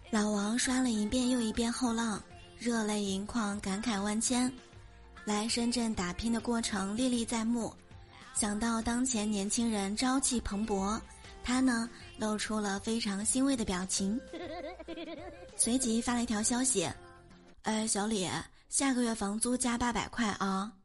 老王刷了一遍又一遍后浪，热泪盈眶，感慨万千。来深圳打拼的过程历历在目，想到当前年轻人朝气蓬勃，他呢露出了非常欣慰的表情，随即发了一条消息：小李，下个月房租加800块啊。